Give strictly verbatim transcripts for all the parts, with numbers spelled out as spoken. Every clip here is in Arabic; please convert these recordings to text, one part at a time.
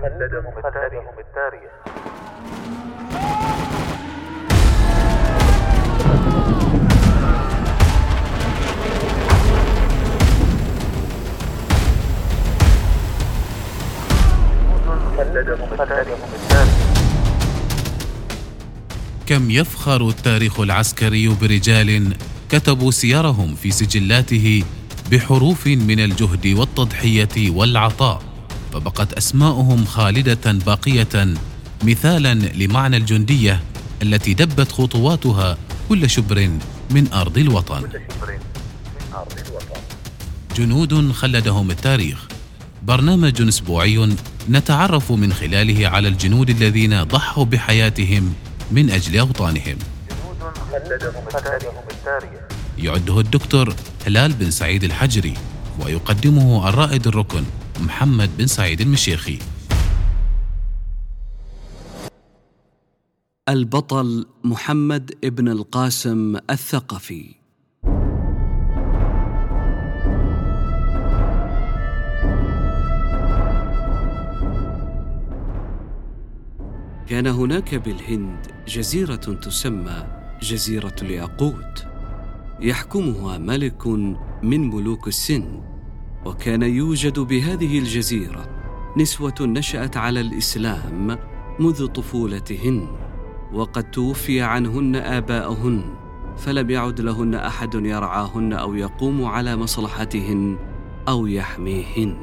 خلدهم التاريخ. كم يفخر التاريخ العسكري برجال كتبوا سيرهم في سجلاته بحروف من الجهد والتضحية والعطاء، فبقت أسماؤهم خالدة باقية مثالا لمعنى الجندية التي دبت خطواتها كل شبر من أرض الوطن. جنود خلدهم التاريخ، برنامج أسبوعي نتعرف من خلاله على الجنود الذين ضحوا بحياتهم من أجل أوطانهم. يعده الدكتور هلال بن سعيد الحجري، ويقدمه الرائد الركن محمد بن سعيد المشيخي. البطل محمد ابن القاسم الثقفي. كان هناك بالهند جزيرة تسمى جزيرة الياقوت، يحكمها ملك من ملوك السند، وكان يوجد بهذه الجزيرة نسوة نشأت على الإسلام منذ طفولتهن، وقد توفي عنهن آباؤهن، فلم يعد لهن أحد يرعاهن أو يقوم على مصلحتهن أو يحميهن.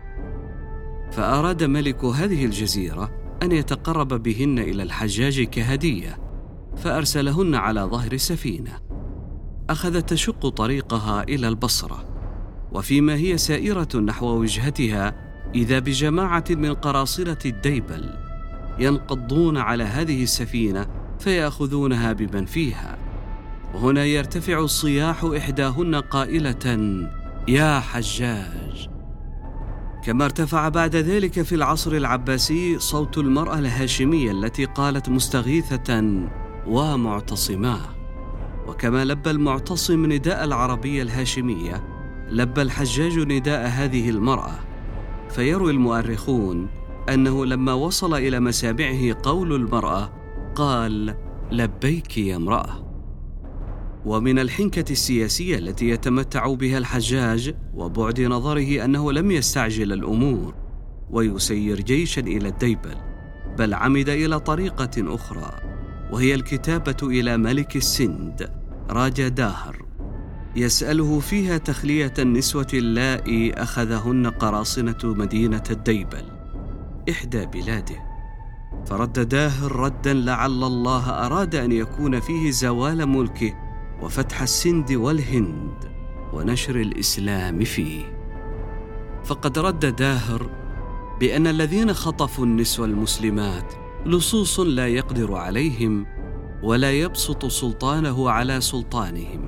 فأراد ملك هذه الجزيرة أن يتقرب بهن إلى الحجاج كهدية، فأرسلهن على ظهر سفينة أخذت تشق طريقها إلى البصرة، وفيما هي سائرة نحو وجهتها إذا بجماعة من قراصنة الديبل ينقضون على هذه السفينة فيأخذونها بمن فيها. وهنا يرتفع صياح إحداهن قائلة: يا حجاج. كما ارتفع بعد ذلك في العصر العباسي صوت المرأة الهاشمية التي قالت مستغيثة: ومعتصماه. وكما لبى المعتصم نداء العربية الهاشمية، لبى الحجاج نداء هذه المرأة. فيروي المؤرخون أنه لما وصل إلى مسامعه قول المرأة قال: لبيك يا امرأة. ومن الحنكة السياسية التي يتمتع بها الحجاج وبعد نظره أنه لم يستعجل الأمور ويسير جيشا إلى الديبل، بل عمد إلى طريقة أخرى، وهي الكتابة إلى ملك السند راجا داهر، يسأله فيها تخلية النسوة اللائي أخذهن قراصنة مدينة الديبل إحدى بلاده. فرد داهر ردا لعل الله أراد أن يكون فيه زوال ملكه وفتح السند والهند ونشر الإسلام فيه. فقد رد داهر بأن الذين خطفوا النسوة المسلمات لصوص لا يقدر عليهم ولا يبسط سلطانه على سلطانهم.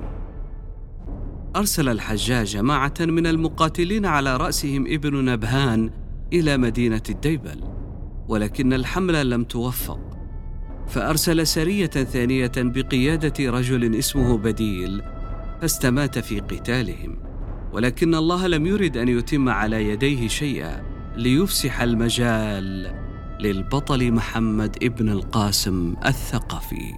أرسل الحجاج جماعة من المقاتلين على رأسهم ابن نبهان إلى مدينة الديبل، ولكن الحملة لم توفق، فأرسل سرية ثانية بقيادة رجل اسمه بديل، فاستمات في قتالهم، ولكن الله لم يرد أن يتم على يديه شيئا ليفسح المجال للبطل محمد ابن القاسم الثقفي.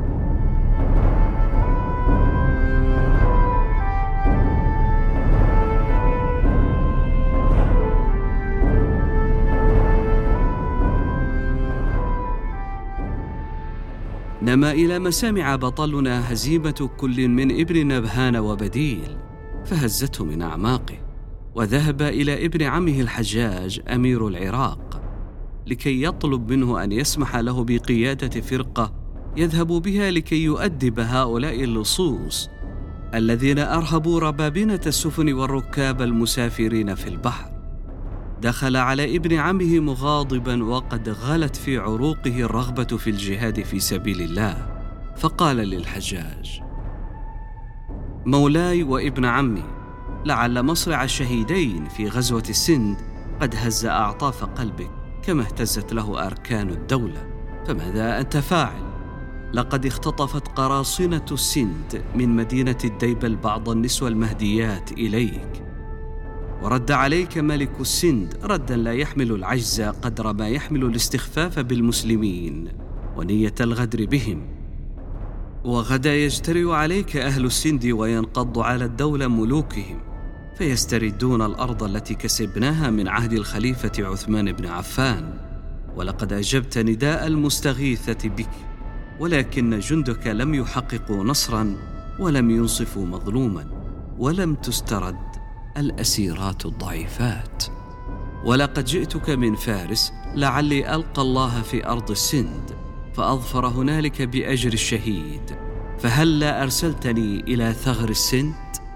نما إلى مسامع بطلنا هزيمة كل من ابن نبهان وبديل، فهزته من أعماقه، وذهب إلى ابن عمه الحجاج أمير العراق لكي يطلب منه أن يسمح له بقيادة فرقة يذهب بها لكي يؤدب هؤلاء اللصوص الذين أرهبوا ربابنة السفن والركاب المسافرين في البحر. دخل على ابن عمه مغاضبا وقد غلت في عروقه الرغبة في الجهاد في سبيل الله، فقال للحجاج: مولاي وابن عمي، لعل مصرع الشهيدين في غزوة السند قد هز أعطاف قلبك كما اهتزت له أركان الدولة، فماذا أنت فاعل؟ لقد اختطفت قراصنة السند من مدينة الديبل بعض النسوة المهديات إليك، ورد عليك ملك السند ردا لا يحمل العجز قدر ما يحمل الاستخفاف بالمسلمين ونية الغدر بهم. وغدا يجترئ عليك أهل السند وينقض على الدولة ملوكهم، فيستردون الأرض التي كسبناها من عهد الخليفة عثمان بن عفان. ولقد أجبت نداء المستغيثة بك، ولكن جندك لم يحققوا نصرا ولم ينصفوا مظلوما، ولم تسترد الأسيرات الضعيفات. ولقد جئتك من فارس لعلي ألقى الله في أرض السند فأظفر هنالك بأجر الشهيد، فهلا أرسلتني إلى ثغر السند؟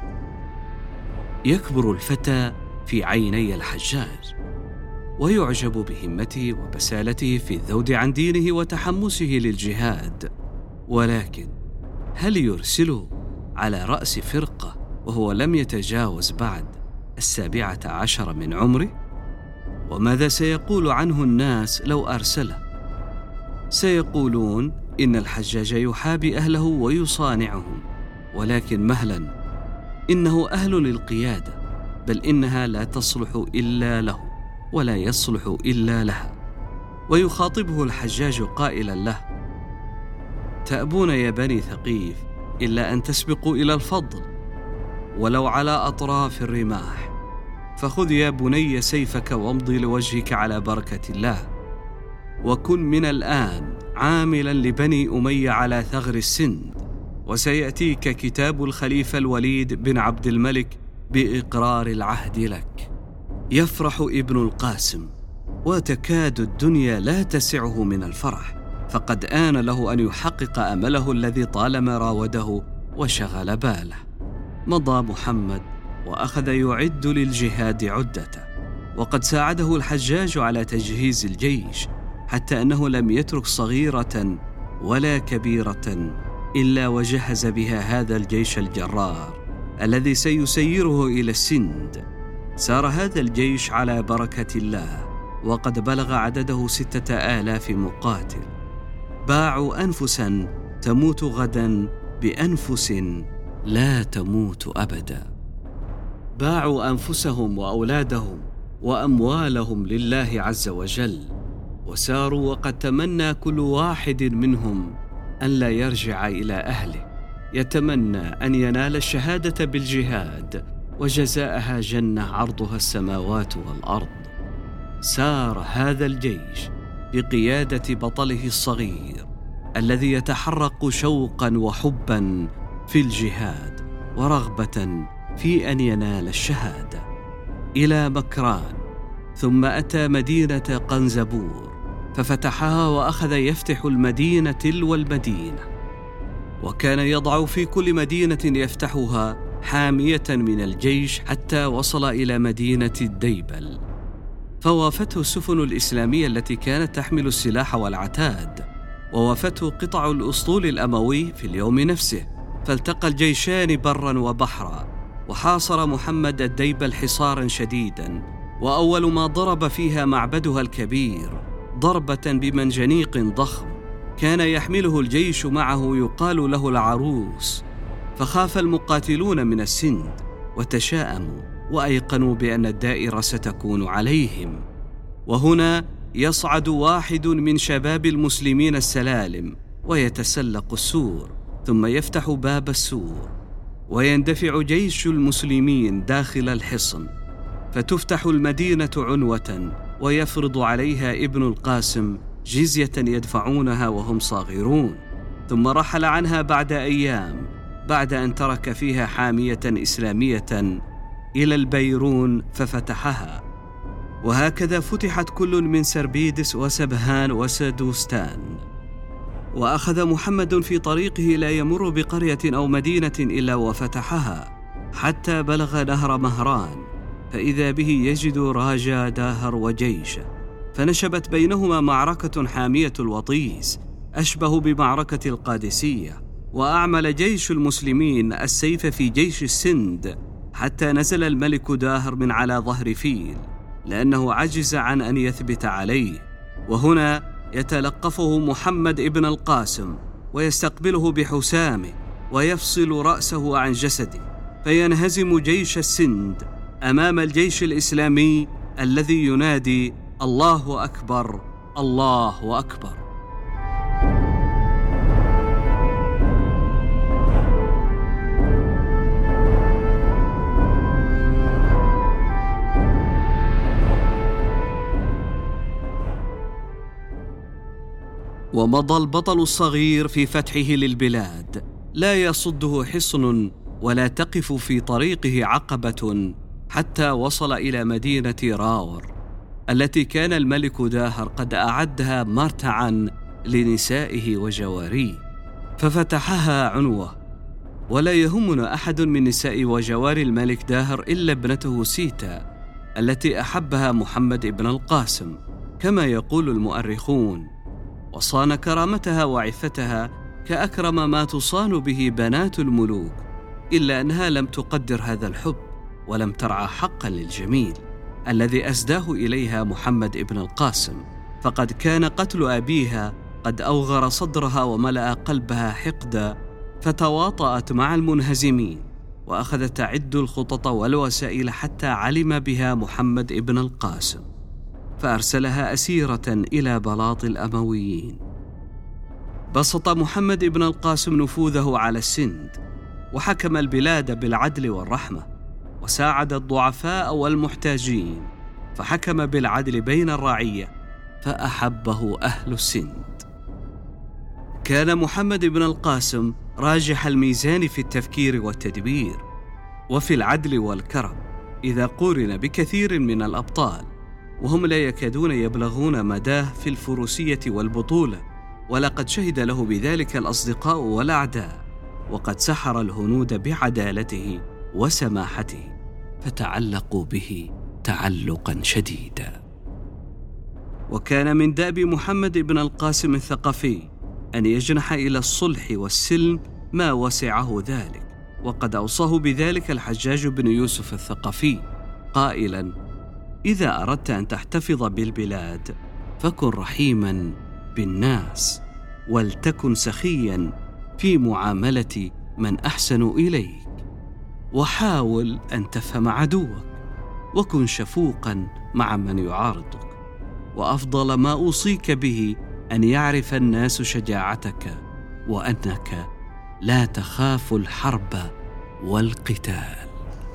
يكبر الفتى في عيني الحجاج، ويعجب بهمته وبسالته في الذود عن دينه وتحمسه للجهاد، ولكن هل يرسله على رأس فرقة وهو لم يتجاوز بعد السابعة عشر من عمره؟ وماذا سيقول عنه الناس لو أرسله؟ سيقولون إن الحجاج يحابي أهله ويصانعهم، ولكن مهلا، إنه أهل للقيادة، بل إنها لا تصلح إلا له ولا يصلح إلا لها. ويخاطبه الحجاج قائلا له: تأبون يا بني ثقيف إلا أن تسبقوا إلى الفضل ولو على أطراف الرماح، فخذ يا بني سيفك وامضي لوجهك على بركة الله، وكن من الآن عاملا لبني أمية على ثغر السند، وسيأتيك كتاب الخليفة الوليد بن عبد الملك بإقرار العهد لك. يفرح ابن القاسم، وتكاد الدنيا لا تسعه من الفرح، فقد آن له أن يحقق أمله الذي طالما راوده وشغل باله. مضى محمد وأخذ يعد للجهاد عدته، وقد ساعده الحجاج على تجهيز الجيش، حتى أنه لم يترك صغيرة ولا كبيرة إلا وجهز بها هذا الجيش الجرار الذي سيسيره إلى السند. سار هذا الجيش على بركة الله، وقد بلغ عدده ستة آلاف مقاتل، باعوا أنفسا تموت غدا بأنفس لا تموت أبدا. باعوا أنفسهم وأولادهم وأموالهم لله عز وجل، وساروا وقد تمنى كل واحد منهم أن لا يرجع إلى أهله، يتمنى أن ينال الشهادة بالجهاد وجزاءها جنة عرضها السماوات والأرض. سار هذا الجيش بقيادة بطله الصغير الذي يتحرق شوقا وحبا في الجهاد ورغبة في أن ينال الشهادة إلى مكران، ثم أتى مدينة قنزبور ففتحها وأخذ يفتح المدينة تلو المدينة، وكان يضع في كل مدينة يفتحها حامية من الجيش حتى وصل إلى مدينة الديبل، فوافته السفن الإسلامية التي كانت تحمل السلاح والعتاد، ووافته قطع الأسطول الأموي في اليوم نفسه، فالتقى الجيشان برا وبحرا، وحاصر محمد الديبل حصارا شديدا، وأول ما ضرب فيها معبدها الكبير ضربة بمنجنيق ضخم كان يحمله الجيش معه يقال له العروس، فخاف المقاتلون من السند وتشاءموا وأيقنوا بأن الدائرة ستكون عليهم. وهنا يصعد واحد من شباب المسلمين السلالم ويتسلق السور، ثم يفتح باب السور ويندفع جيش المسلمين داخل الحصن، فتفتح المدينة عنوة ويفرض عليها ابن القاسم جزية يدفعونها وهم صاغرون، ثم رحل عنها بعد أيام بعد أن ترك فيها حامية إسلامية إلى البيرون ففتحها. وهكذا فتحت كل من سربيدس وسبهان وسدوستان. وأخذ محمد في طريقه لا يمر بقرية أو مدينة إلا وفتحها حتى بلغ نهر مهران، فإذا به يجد راجا داهر وجيشه، فنشبت بينهما معركة حامية الوطيس أشبه بمعركة القادسية، وأعمل جيش المسلمين السيف في جيش السند حتى نزل الملك داهر من على ظهر فيل لأنه عجز عن أن يثبت عليه. وهنا يتلقفه محمد ابن القاسم ويستقبله بحسامه ويفصل رأسه عن جسده، فينهزم جيش السند أمام الجيش الإسلامي الذي ينادي الله أكبر الله أكبر. ومضى البطل الصغير في فتحه للبلاد، لا يصده حصن ولا تقف في طريقه عقبة، حتى وصل إلى مدينة راور التي كان الملك داهر قد أعدها مرتعا لنسائه وجواريه، ففتحها عنوة. ولا يهمنا أحد من نساء وجوار الملك داهر إلا ابنته سيتا التي أحبها محمد ابن القاسم كما يقول المؤرخون، وصان كرامتها وعفتها كأكرم ما تصان به بنات الملوك، إلا أنها لم تقدر هذا الحب ولم ترعى حقا للجميل الذي أسداه إليها محمد ابن القاسم، فقد كان قتل أبيها قد أوغر صدرها وملأ قلبها حقدا، فتواطأت مع المنهزمين وأخذت تعد الخطط والوسائل حتى علم بها محمد ابن القاسم، فأرسلها أسيرة إلى بلاط الأمويين. بسط محمد ابن القاسم نفوذه على السند، وحكم البلاد بالعدل والرحمة، وساعد الضعفاء والمحتاجين، فحكم بالعدل بين الرعية، فأحبه أهل السند. كان محمد بن القاسم راجح الميزان في التفكير والتدبير وفي العدل والكرم إذا قورن بكثير من الأبطال، وهم لا يكادون يبلغون مداه في الفروسية والبطولة، ولقد شهد له بذلك الأصدقاء والأعداء، وقد سحر الهنود بعدالته وسماحته، فتعلقوا به تعلقا شديدا. وكان من دأب محمد بن القاسم الثقفي أن يجنح إلى الصلح والسلم ما وسعه ذلك، وقد أوصاه بذلك الحجاج بن يوسف الثقفي قائلا: إذا أردت أن تحتفظ بالبلاد فكن رحيما بالناس، ولتكن سخيا في معاملة من أحسن إليك، وحاول أن تفهم عدوك، وكن شفوقا مع من يعارضك، وأفضل ما أوصيك به أن يعرف الناس شجاعتك، وأنك لا تخاف الحرب والقتال.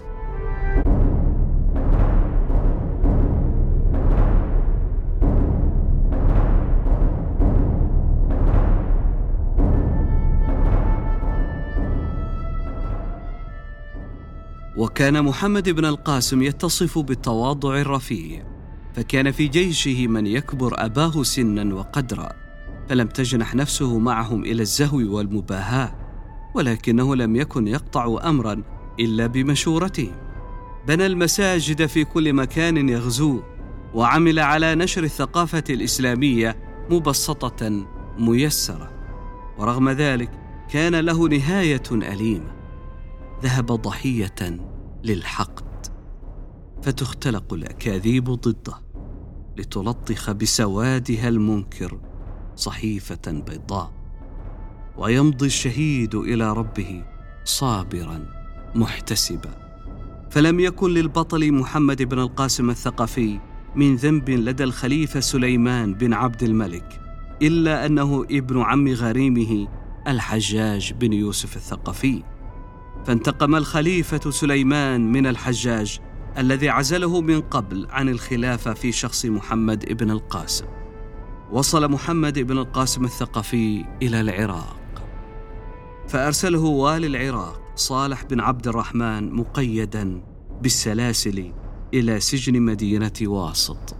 وكان محمد بن القاسم يتصف بالتواضع الرفيع، فكان في جيشه من يكبر أباه سنا وقدرا، فلم تجنح نفسه معهم إلى الزهو والمباهاة، ولكنه لم يكن يقطع أمرا إلا بمشورتهم. بنى المساجد في كل مكان يغزوه، وعمل على نشر الثقافة الإسلامية مبسطة ميسرة، ورغم ذلك كان له نهاية أليمة، ذهب ضحية للحقد، فتختلق الأكاذيب ضده لتلطخ بسوادها المنكر صحيفة بيضاء، ويمضي الشهيد إلى ربه صابرا محتسبا. فلم يكن للبطل محمد بن القاسم الثقفي من ذنب لدى الخليفة سليمان بن عبد الملك، إلا أنه ابن عم غريمه الحجاج بن يوسف الثقفي، فانتقم الخليفة سليمان من الحجاج الذي عزله من قبل عن الخلافة في شخص محمد بن القاسم. وصل محمد بن القاسم الثقفي إلى العراق، فأرسله والي العراق صالح بن عبد الرحمن مقيدا بالسلاسل إلى سجن مدينة واسط،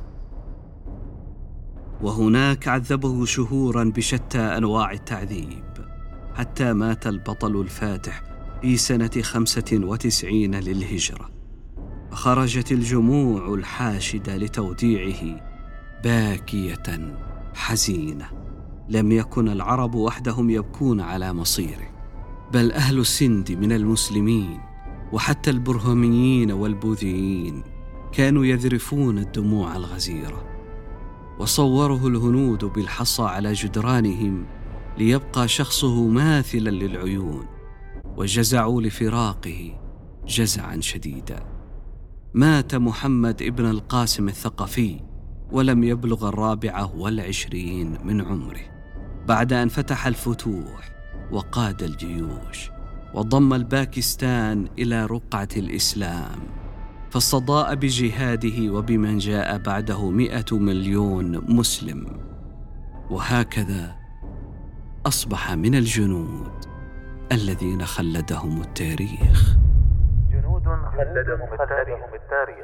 وهناك عذبه شهورا بشتى أنواع التعذيب، حتى مات البطل الفاتح في سنة خمسة وتسعين للهجرة، فخرجت الجموع الحاشدة لتوديعه باكية حزينة. لم يكن العرب وحدهم يبكون على مصيره، بل أهل السند من المسلمين وحتى البرهميين والبوذيين كانوا يذرفون الدموع الغزيرة. وصوره الهنود بالحصى على جدرانهم ليبقى شخصه ماثلا للعيون، وجزعوا لفراقه جزعا شديدا. مات محمد ابن القاسم الثقفي ولم يبلغ الرابعة والعشرين من عمره، بعد أن فتح الفتوح وقاد الجيوش وضم الباكستان إلى رقعة الإسلام، فاستضاء بجهاده وبمن جاء بعده مئة مليون مسلم. وهكذا أصبح من الجنود الذين خلدهم التاريخ. جنود خلدهم التاريخ.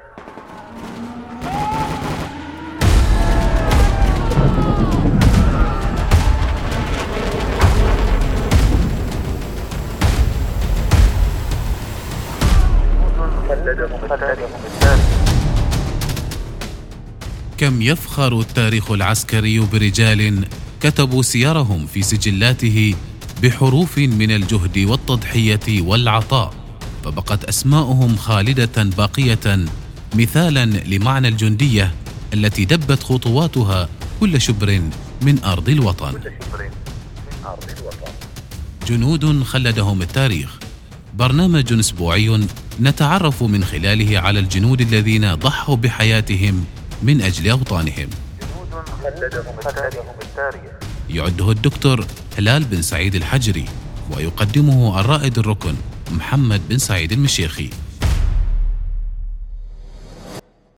كم يفخر التاريخ العسكري برجال كتبوا سيرهم في سجلاته بحروف من الجهد والتضحية والعطاء، فبقت أسماؤهم خالدة باقية مثالا لمعنى الجندية التي دبت خطواتها كل شبر من أرض الوطن. جنود خلدهم التاريخ، برنامج أسبوعي نتعرف من خلاله على الجنود الذين ضحوا بحياتهم من أجل أوطانهم. يعده الدكتور هلال بن سعيد الحجري، ويقدمه الرائد الركن محمد بن سعيد المشيخي.